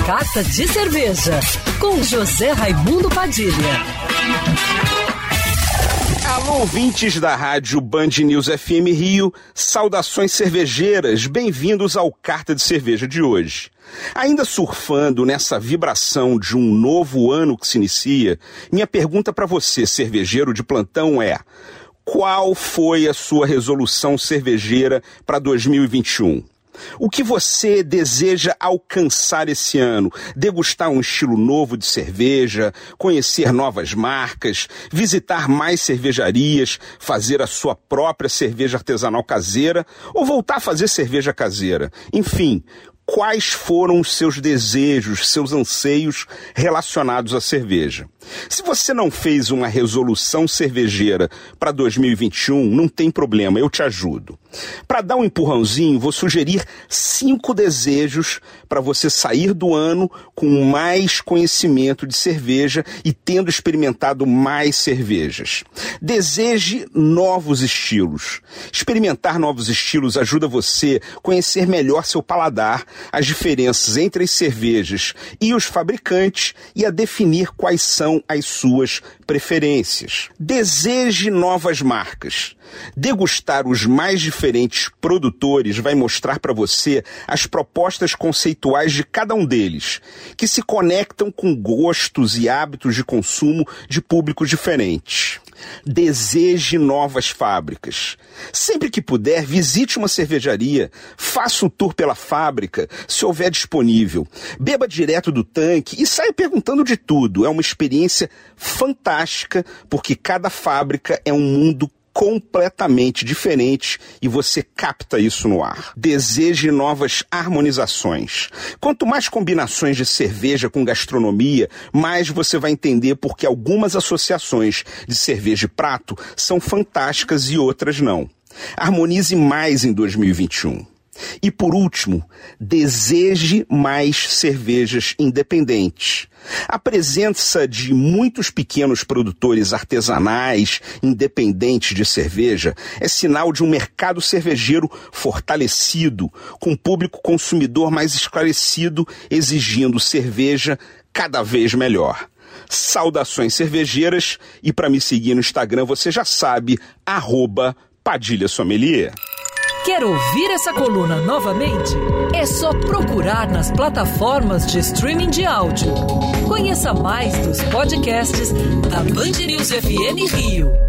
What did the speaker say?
Carta de Cerveja, com José Raimundo Padilha. Alô, ouvintes da rádio Band News FM Rio, saudações cervejeiras, bem-vindos ao Carta de Cerveja de hoje. Ainda surfando nessa vibração de um novo ano que se inicia, minha pergunta para você, cervejeiro de plantão, é: qual foi a sua resolução cervejeira para 2021? O que você deseja alcançar esse ano? Degustar um estilo novo de cerveja, conhecer novas marcas, visitar mais cervejarias, fazer a sua própria cerveja artesanal caseira ou voltar a fazer cerveja caseira? Enfim, quais foram os seus desejos, seus anseios relacionados à cerveja? Se você não fez uma resolução cervejeira para 2021, não tem problema, eu te ajudo. Para dar um empurrãozinho, vou sugerir 5 desejos para você sair do ano com mais conhecimento de cerveja e tendo experimentado mais cervejas. Deseje novos estilos. Experimentar novos estilos ajuda você a conhecer melhor seu paladar, as diferenças entre as cervejas e os fabricantes e a definir quais são as suas preferências. Deseje novas marcas. Degustar os mais diferentes produtores vai mostrar para você as propostas conceituais de cada um deles, que se conectam com gostos e hábitos de consumo de públicos diferentes. Deseje novas fábricas. Sempre que puder, visite uma cervejaria, faça um tour pela fábrica, se houver disponível. Beba direto do tanque e saia perguntando de tudo. É uma experiência fantástica, porque cada fábrica é um mundo completamente diferente e você capta isso no ar. Deseje novas harmonizações. Quanto mais combinações de cerveja com gastronomia, mais você vai entender porque algumas associações de cerveja e prato são fantásticas e outras não. Harmonize mais em 2021. E por último, deseje mais cervejas independentes. A presença de muitos pequenos produtores artesanais, independentes de cerveja, é sinal de um mercado cervejeiro fortalecido, com um público consumidor mais esclarecido, exigindo cerveja cada vez melhor. Saudações cervejeiras, e para me seguir no Instagram você já sabe, @PadilhaSommelier. Quer ouvir essa coluna novamente? É só procurar nas plataformas de streaming de áudio. Conheça mais dos podcasts da Band News FM Rio.